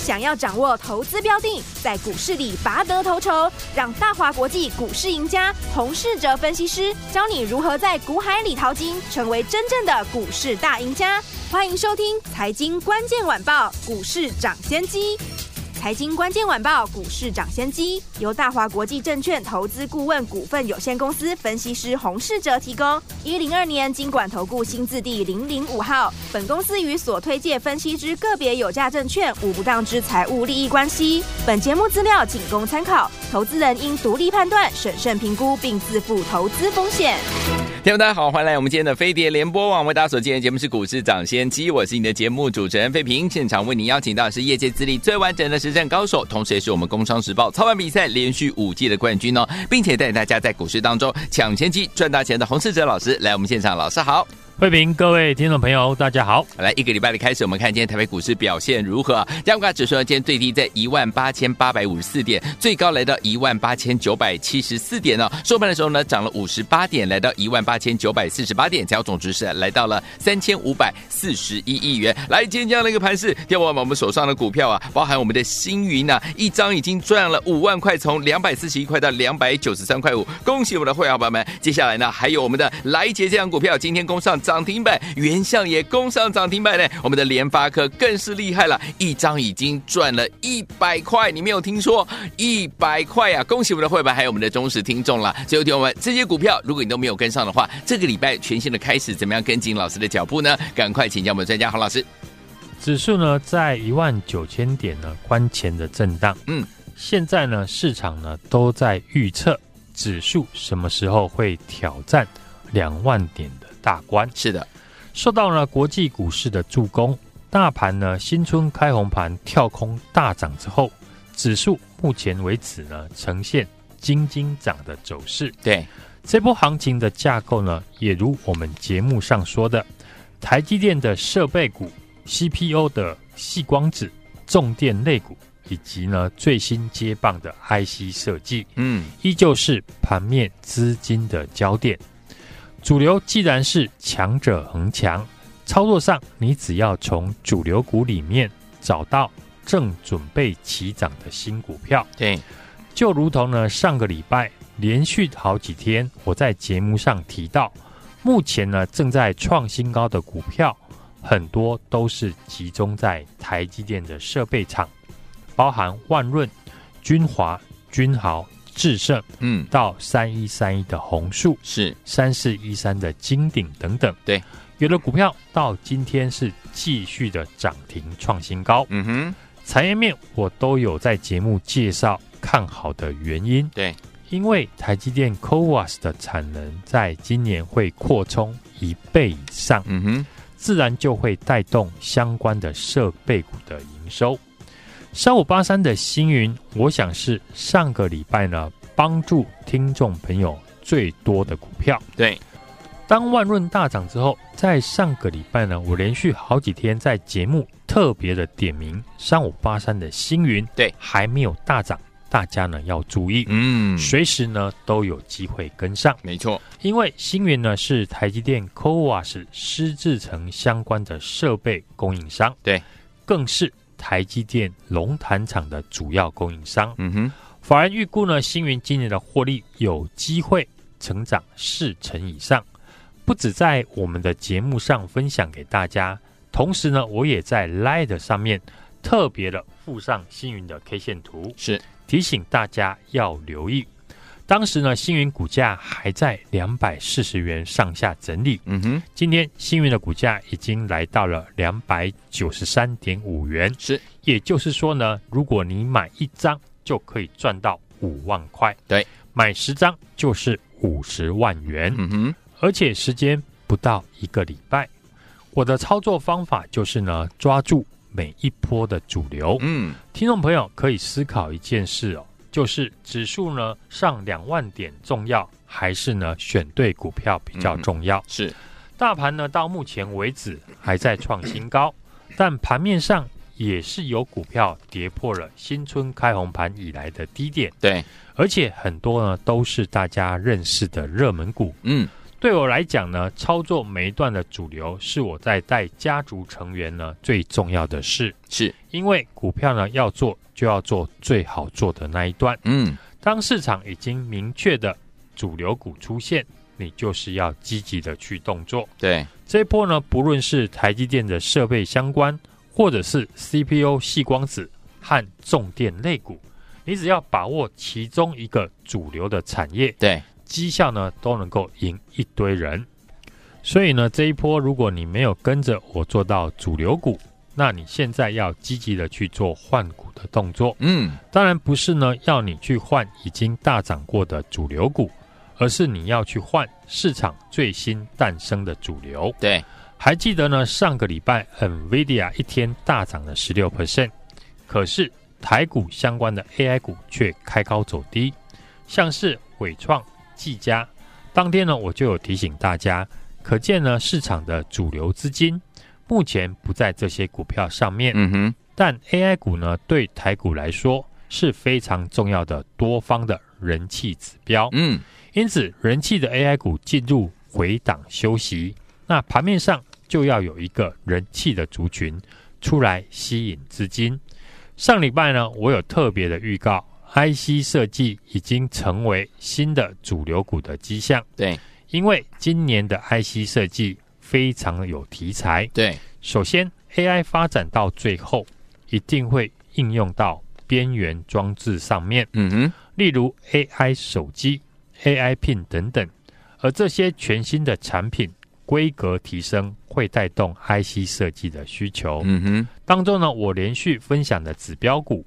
想要掌握投资标的，在股市里拔得头筹，让大华国际股市赢家洪士哲分析师教你如何在股海里淘金，成为真正的股市大赢家。欢迎收听财经关键晚报股市涨先机。财经关键晚报股市涨先机由大华国际证券投资顾问股份有限公司分析师洪士哲提供。102年金管投顾新字第005号。本公司与所推介分析之个别有价证券无不当之财务利益关系。本节目资料仅供参考，投资人应独立判断、审慎评估，并自负投资风险。 听众大家好，欢迎来我们今天的飞碟联播网，为大家所见的节目是股市涨先机，我是你的节目主持人费平。现场为您邀请到的是业界资历最完整的实战高手，同时也是我们工商时报操盘比赛连续5届的冠军哦，并且带大家在股市当中抢先机赚大钱的洪士哲老师来我们现场。老师好。 慧平，各位听众朋友大家好。 来一个礼拜的开始，我们看今天台北股市表现如何。加权指数今天最低在18854点，最高来到18974点哦。收盘的时候呢，涨了58点，来到18948点，成交总值是来到了3541亿元。来，今天这样的一个盘势，要我们手上的股票啊，包含我们的星云啊，一张已经赚了5万块，从241块到293块5，恭喜我们的会员伙伴们。接下来呢，还有我们的来捷这张股票，今天攻上涨停板，原相也攻上涨停板呢。我们的联发科更是厉害了，一张已经赚了100块，你没有听说，100块啊！恭喜我们的会员还有我们的忠实听众了。最后听我们这些股票，如果你都没有跟上的话，这个礼拜全新的开始，怎么样跟紧老师的脚步呢？赶快请教我们专家洪老师。 指数呢在19000点呢关前的震荡，现在呢市场呢都在预测指数什么时候会挑战2万点的大关。 是的， 受到了国际股市的助攻，大盘呢新春开红盘跳空大涨之后，指数目前为止呢呈现金涨的走势。 对， 这波行情的架构呢，也如我们节目上说的，台积电的设备股、CPU 的矽光子、重电类股，以及呢最新接棒的 IC 设计，依旧是盘面资金的焦点。主流既然是强者恒强，操作上你只要从主流股里面找到正准备起涨的新股票， 对， 就如同呢上个礼拜连续好几天我在节目上提到，目前呢正在创新高的股票，很多都是集中在台积电的设备厂，包含万润、君华、君豪、智胜，到3131的宏树，是3413的金鼎等等。对，有的股票到今天是继续的涨停创新高。产业面我都有在节目介绍看好的原因。对，因为台积电 CoWoS 的产能在今年会扩充1倍以上，自然就会带动相关的设备股的营收。3583的星云，我想是上个礼拜呢帮助听众朋友最多的股票。对，当万润大涨之后，在上个礼拜呢，我连续好几天在节目特别的点名3583的星云，对，还没有大涨，大家呢要注意，随时呢都有机会跟上。没错，因为星云呢是台积电 CoWoS 湿制程相关的设备供应商，对，更是台积电龙潭厂的主要供应商。法人预估呢，星云今年的获利有机会成长4成以上，不止在我们的节目上分享给大家，同时呢，我也在 LINE 上面特别的附上星云的 K 线图，是提醒大家要留意。当时呢，星云股价还在240元上下整理，今天星云的股价已经来到了293.5元，是，也就是说呢，如果你买1张就可以赚到5万块，对，买10张就是50万元，而且时间不到1个礼拜。我的操作方法就是呢，抓住每一波的主流。听众朋友可以思考一件事哦，就是指数呢上2万点重要，还是呢选对股票比较重要？是，大盘呢到目前为止还在创新高，但盘面上也是有股票跌破了新春开红盘以来的低点。对，而且很多呢都是大家认识的热门股。 对我来讲呢，操作每一段的主流是我在带家族成员呢最重要的事， 是因为股票呢要做就要做最好做的那一段。当市场已经明确的主流股出现，你就是要积极的去动作。 对， 这一波呢，不论是台积电的设备相关，或者是 CPU 矽光子和重电类股，你只要把握其中一个主流的产业， 对， 绩效呢都能够赢一堆人。所以呢，这一波如果你没有跟着我做到主流股，那你现在要积极的去做换股的动作。当然不是呢要你去换已经大涨过的主流股，而是你要去换市场最新诞生的主流。 对， 还记得呢，上个礼拜 NVIDIA 一天大涨了 16%， 可是台股相关的 AI 股却开高走低，像是伟创、技嘉，当天呢我就有提醒大家，可见呢市场的主流资金目前不在这些股票上面。但 AI 股呢对台股来说是非常重要的多方的人气指标。因此人气的 AI 股进入回档休息，那盘面上就要有一个人气的族群出来吸引资金。上礼拜呢我有特别的预告， IC 设计已经成为新的主流股的迹象。 对， 因为今年的 IC 设计非常有题材。 对， 首先 AI 发展到最后一定会应用到边缘装置上面，例如 AI 手机、AI Pin 等等，而这些全新的产品规格提升会带动 IC 设计的需求。当中呢，我连续分享的指标股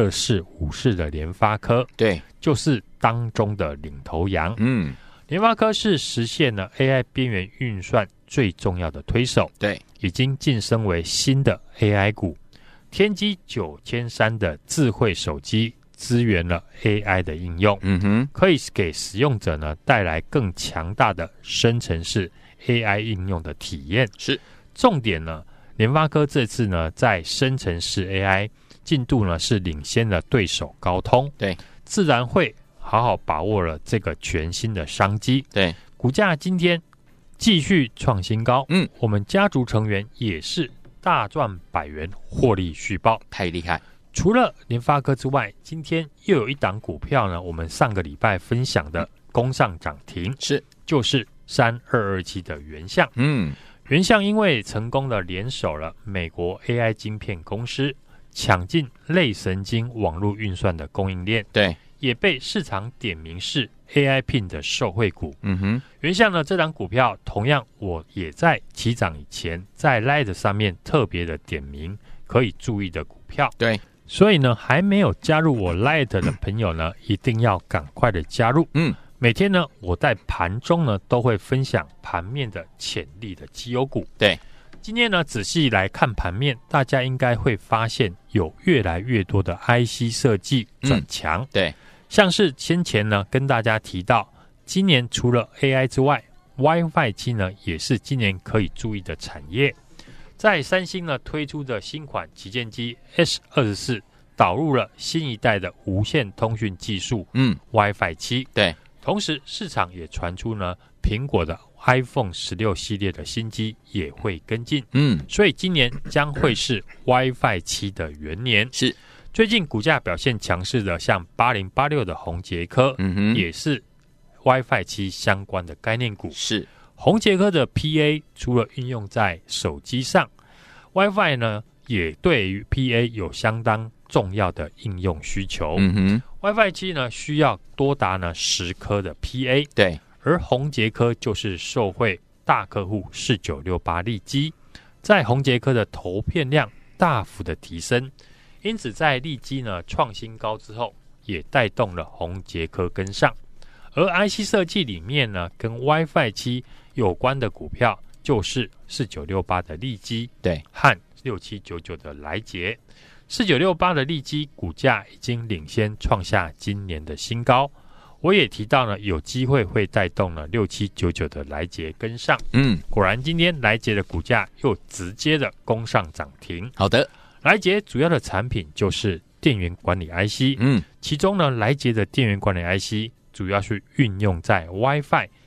2454的联发科， 对， 就是当中的领头羊。联发科是实现了 AI 边缘运算最重要的推手， 对， 已经晋升为新的 AI 股。天玑9300的智慧手机支援了 AI 的应用，可以给使用者呢带来更强大的生成式 AI 应用的体验。 是， 重点呢，联发科这次呢在生成式 AI 进度呢是领先了对手高通， 对， 自然会好好把握了这个全新的商机。 对， 股价今天继续创新高，我们家族成员也是大赚100元，获利续报， 太厉害。 除了联发科之外，今天又有一档股票呢，我们上个礼拜分享的攻上涨停， 是， 就是3227的原相。原相因为成功的联手了美国 AI 晶片公司，抢进类神经网络运算的供应链， 对， 也被市场点名是 AI Pin 的受惠股。原相呢这档股票同样我也在起涨以前在 Light 上面特别的点名可以注意的股票。 对， 所以呢还没有加入我 Light 的朋友呢一定要赶快的加入。每天呢我在盘中呢都会分享盘面的潜力的绩优股。 对， 今天呢仔细来看盘面，大家应该会发现有越来越多的 IC 设计转强。 对， 像是先前呢跟大家提到，今年除了 AI 之外， WiFi 7呢也是今年可以注意的产业。在三星呢推出的新款旗舰机 S24 导入了新一代的无线通讯技术，WiFi 7。对，同时市场也传出呢苹果的 iPhone 16系列的新机也会跟进。所以今年将会是 WiFi 7的元年。是，最近股价表现强势的像8086的宏捷科，也是 WiFi 7相关的概念股。是，宏捷科的 PA 除了运用在手机上， WiFi 呢也对于 PA 有相当重要的应用需求。WiFi 7呢需要多达呢10颗的 PA， 对，而宏捷科就是受惠大客户4968利基，在宏捷科的投片量大幅的提升，因此在利基呢创新高之后，也带动了宏捷科跟上。而 IC 设计里面呢跟 WiFi 7有关的股票就是4968的利基，对，和6799的来捷。4968的利基股价已经领先创下今年的新高，我也提到呢有机会会带动了6799的来捷跟上。果然今天来捷的股价又直接的攻上涨停。好的，来捷主要的产品就是电源管理 IC，其中呢来捷的电源管理 IC 主要是运用在 WiFi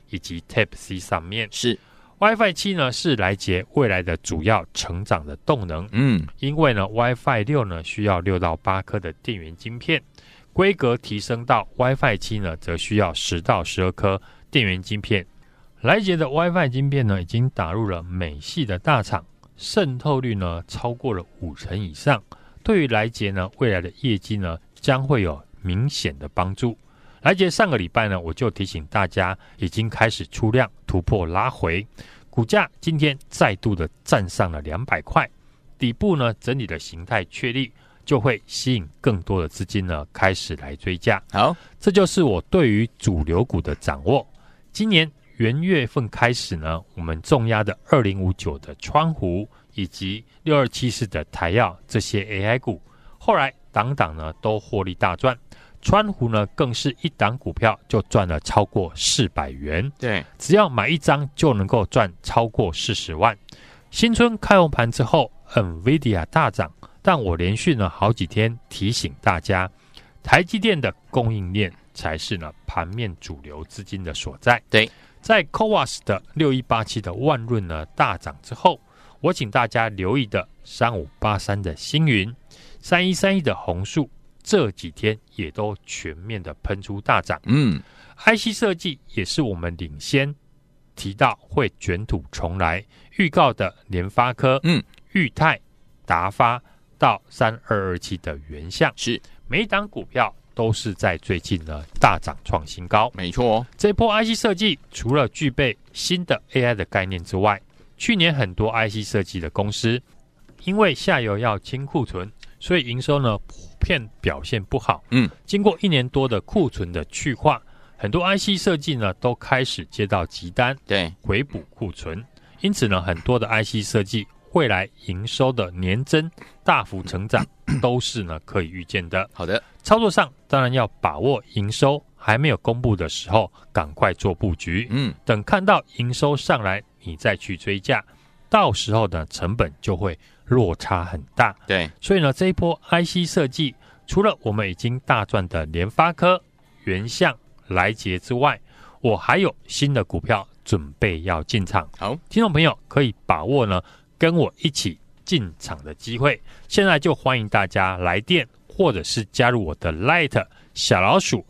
以及 Type-C 上面。 是 WiFi 7呢是来捷未来的主要成长的动能，因为呢 WiFi 6呢需要6到8颗的电源晶片，规格提升到 WiFi 7呢则需要10到12颗电源晶片。来捷的 WiFi 晶片呢已经打入了美系的大厂，渗透率呢超过了50%以上，对于来捷呢未来的业绩呢将会有明显的帮助。来捷上个礼拜呢我就提醒大家已经开始出量突破拉回，股价今天再度的站上了200块，底部呢整理的形态确立，就会吸引更多的资金呢开始来追价。好，这就是我对于主流股的掌握。今年元月份开始呢，我们重压的2059的川湖以及6274的台燿这些 AI 股，后来档档呢都获利大赚。川湖呢更是一档股票就赚了超过400元，对，只要买一张就能够赚超过40万。新春开红盘之后 NVIDIA 大涨，但我连续呢好几天提醒大家，台积电的供应链才是呢盘面主流资金的所在。对，在 CoWoS 的6187的万润呢大涨之后，我请大家留意的3583的星云、3131的弘塑，这几天也都全面的喷出大涨。IC 设计也是我们领先提到会卷土重来预告的联发科、裕泰、达发到3227的原相，是每一档股票都是在最近呢大涨创新高。没错，这波 IC 设计除了具备新的 AI 的概念之外，去年很多 IC 设计的公司因为下游要清库存，所以营收呢普遍表现不好。经过1年多的库存的去化，很多 IC 设计呢都开始接到急单，对，回补库存。因此呢，很多的 IC 设计未来营收的年增大幅成长都是呢可以预见的。好的，操作上当然要把握营收还没有公布的时候赶快做布局。等看到营收上来你再去追价，到时候呢成本就会落差很大。对，所以呢这一波 IC 设计除了我们已经大赚的联发科、原相、来捷之外，我还有新的股票准备要进场。好，听众朋友可以把握呢跟我一起进场的机会。现在就欢迎大家来电或者是加入我的 Light 小老鼠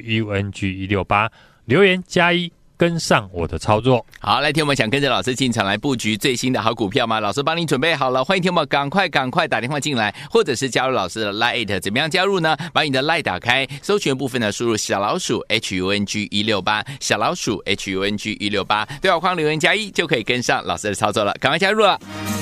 HUNG168 留言+1，跟上我的操作。好，来听我们想跟着老师进场来布局最新的好股票吗？老师帮你准备好了，欢迎听我们赶快打电话进来，或者是加入老师的 Light。 怎么样加入呢？把你的 Light 打开，搜寻部分呢输入小老鼠 HUNG168 小老鼠 HUNG168 对话框留言+1就可以跟上老师的操作了，赶快加入了。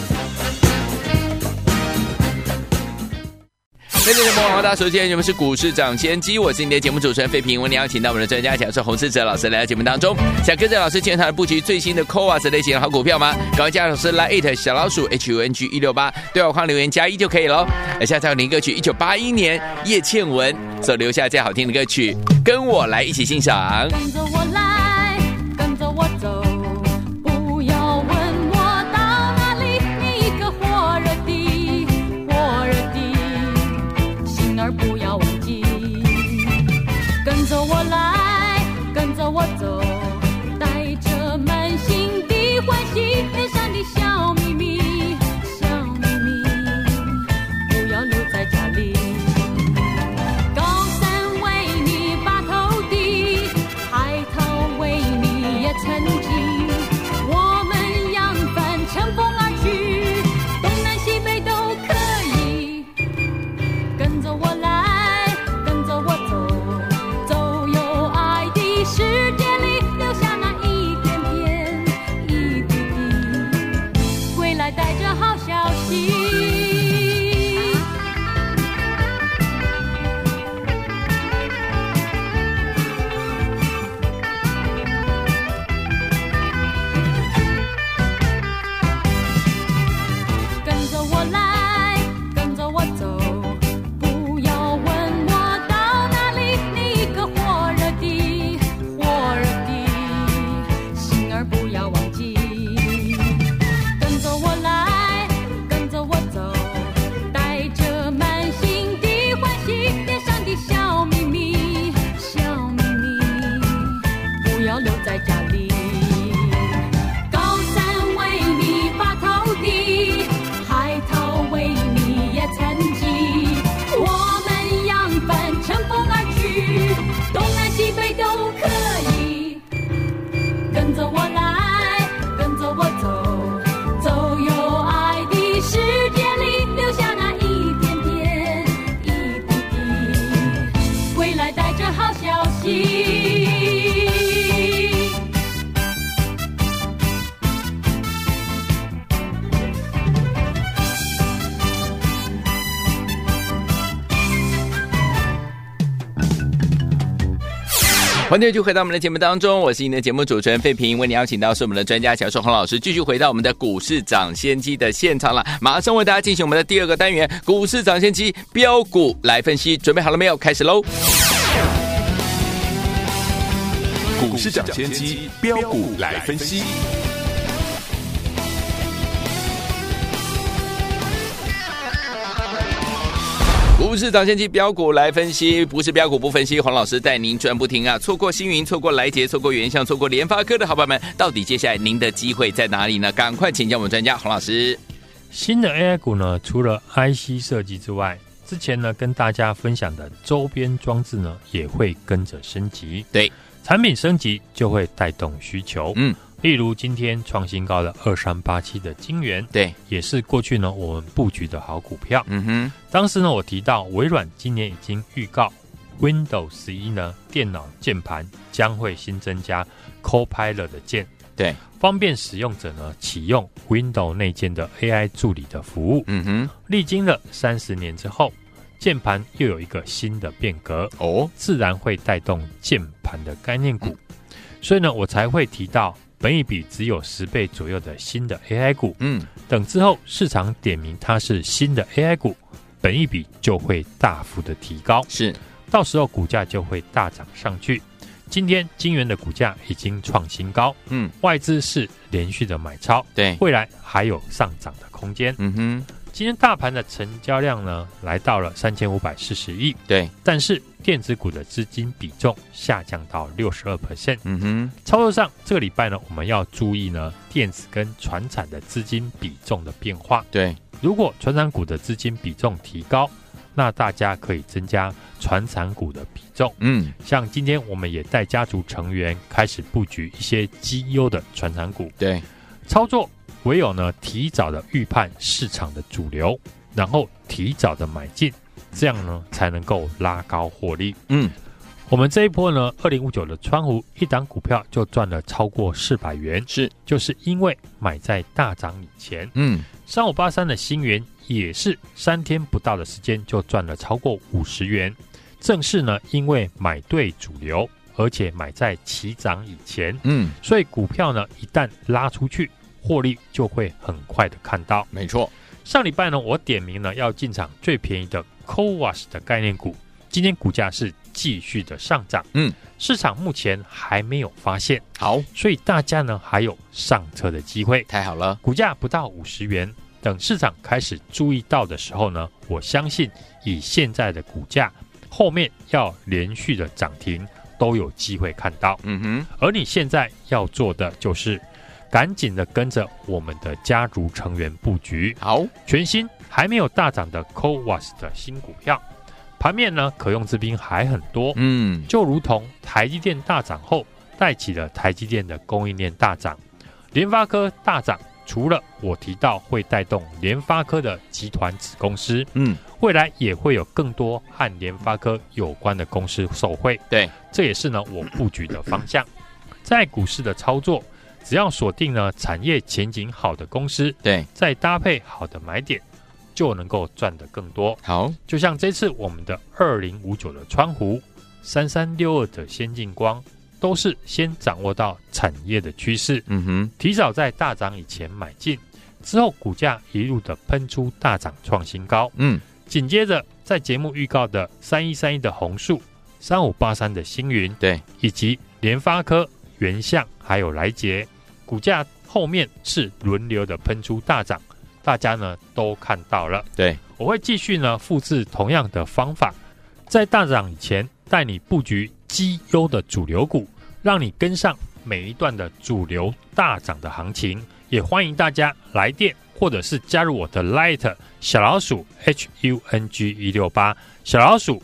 在这节目大家首先我们是股市涨先机，我是你的节目主持人费平，为你邀请到我们的专家讲师洪士哲老师来到节目当中。想跟着老师进场布局最新的 CoWoS 类型的好股票吗？赶快加入老师来 it 小老鼠 HUNG168 对话框留言+1就可以了。下次要听歌曲1981年叶倩文所留下最好听的歌曲，跟我来一起欣赏。跟着我来，跟着我走，不要问我到哪里，你一个火热的心儿不要忘记。跟着我来，跟着我走，带着满心的欢喜，脸上的笑眯眯，不要留在家里。高山为你把头低，海涛欢迎继续回到我们的节目当中，我是您的节目主持人费平，为您邀请到是我们的专家乔寿洪老师，继续回到我们的股市涨先机的现场了。马上为大家进行我们的第二个单元，股市涨先机标股来分析，准备好了没有？开始喽！ 股市涨先机标股来分析。 股市涨先机标股来分析，不是标股不分析，黄老师带您赚不停啊！错过星云，错过来捷，错过原相，错过联发科的好朋友们，到底接下来您的机会在哪里呢？赶快请教我们专家黄老师。 新的 AI 股呢，除了 IC 设计之外，之前呢跟大家分享的周边装置呢，也会跟着升级。 对， 产品升级就会带动需求。例如今天创新高的2387的晶圆，对，也是过去呢我们布局的好股票。当时呢我提到微软今年已经预告 Windows 11呢电脑键盘将会新增加 Copilot 的键，对，方便使用者呢启用 Windows 内建的 AI 助理的服务。历经了30年之后，键盘又有一个新的变革，自然会带动键盘的概念股。所以呢我才会提到本益比只有10倍左右的新的 AI 股，等之后市场点名它是新的 AI 股，本益比就会大幅的提高，是，到时候股价就会大涨上去。今天晶圆的股价已经创新高，外资是连续的买超，对，未来还有上涨的空间。今天大盘的成交量呢来到了3540亿，对，但是电子股的资金比重下降到 62%。操作上这个礼拜呢我们要注意呢电子跟传产的资金比重的变化。对，如果传产股的资金比重提高，那大家可以增加传产股的比重。像今天我们也带家族成员开始布局一些绩优的传产股。对，操作唯有呢提早的预判市场的主流，然后提早的买进，这样呢才能够拉高获利。我们这一波呢2059的川湖一档股票就赚了超过400元，是，就是因为买在大涨以前。3583的星元也是3天不到的时间就赚了超过50元，正是呢因为买对主流，而且买在起涨以前。所以股票呢一旦拉出去，获利就会很快的看到。没错，上礼拜呢我点名呢要进场最便宜的 CoWoS 的概念股，今天股价是继续的上涨。市场目前还没有发现，好，所以大家呢还有上车的机会。太好了，股价不到50元，等市场开始注意到的时候呢，我相信以现在的股价，后面要连续的涨停都有机会看到。而你现在要做的就是赶紧的跟着我们的家族成员布局，好，全新还没有大涨的 CoWoS 的新股票，盘面呢可用之兵还很多。就如同台积电大涨后带起了台积电的供应链大涨，联发科大涨，除了我提到会带动联发科的集团子公司，未来也会有更多和联发科有关的公司受惠。对，这也是呢我布局的方向。在股市的操作，只要锁定呢产业前景好的公司，对，再搭配好的买点，就能够赚得更多。好，就像这次我们的2059的川湖，3362的先进光，都是先掌握到产业的趋势，提早在大涨以前买进，之后股价一路的喷出大涨创新高。紧接着在节目预告的3131的弘塑，3583的星云，对，以及联发科、原相还有来捷，股价后面是轮流的喷出大涨，大家呢都看到了。对，我会继续呢复制同样的方法，在大涨以前带你布局绩优的主流股，让你跟上每一段的主流大涨的行情。也欢迎大家来电或者是加入我的 Light 小老鼠 HUNG168 小老鼠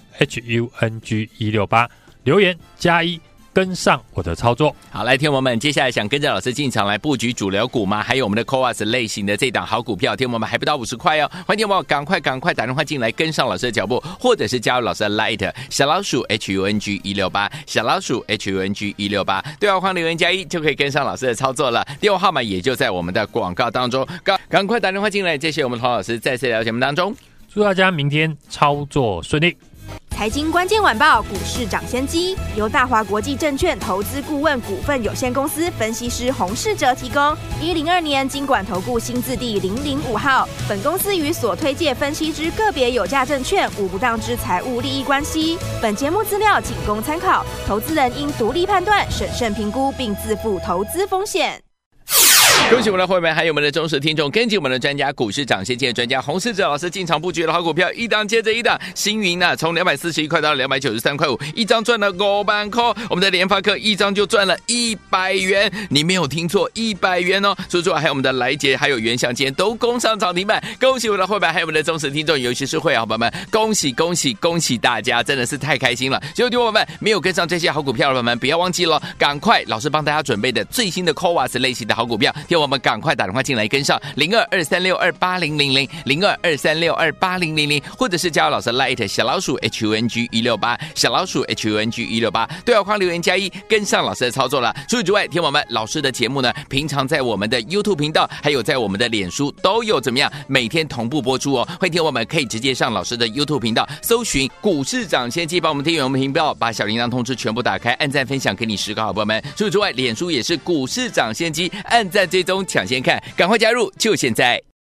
HUNG168 留言加1，跟上我的操作。 好，来听我们接下来想跟着老师进场来布局主流股吗？还有我们的 CoWoS 类型的这档好股票，听我们还不到50块哦，欢迎我们赶快打电话进来跟上老师的脚步，或者是加入老师的 Light 小老鼠 HUNG168 小老鼠 HUNG168 对话框留言加1就可以跟上老师的操作了，电话号码也就在我们的广告当中，赶快打电话进来。谢谢我们洪老师再次来到节目当中， 祝大家明天操作顺利。 财经关键晚报股市涨先机由大华国际证券投资顾问股份有限公司分析师洪士哲提供。102年金管投顾新字第005号。本公司与所推介分析之个别有价证券无不当之财务利益关系。本节目资料仅供参考，投资人应独立判断、审慎评估，并自负投资风险。 恭喜我们的会员，还有我们的忠实听众，跟紧我们的专家股市涨先见专家洪士哲老师进场布局的好股票，一档接着一档。星云呢，从241块到293块5，一张赚了500块。我们的联发科一张就赚了100元，你没有听错，100元哦。除此之外，还有我们的来捷，还有原相，今天都攻上涨停板。恭喜我们的会员，还有我们的忠实听众，尤其是会员伙伴们，恭喜恭喜恭喜大家，真的是太开心了。所以，听我们没有跟上这些好股票的伙伴们，不要忘记了，赶快老师帮大家准备的最新的 COVAS 类型的好股票。听我们赶快打电话进来跟上0223628000 0223628000，或者是加入老师 Light 小老鼠 HUNG168 小老鼠 HUNG168， 对话框留言加1，跟上老师的操作了。除此之外，听我们老师的节目呢，平常在我们的 YouTube 频道，还有在我们的脸书都有怎么样每天同步播出哦。欢迎听我们可以直接上老师的 YouTube 频道搜寻股市涨先机，帮我们订阅我们频道，把小铃铛通知全部打开，按赞分享给你10个好朋友们。除此之外，脸书也是股市涨先机，按赞追踪抢先看，赶快加入，就现在！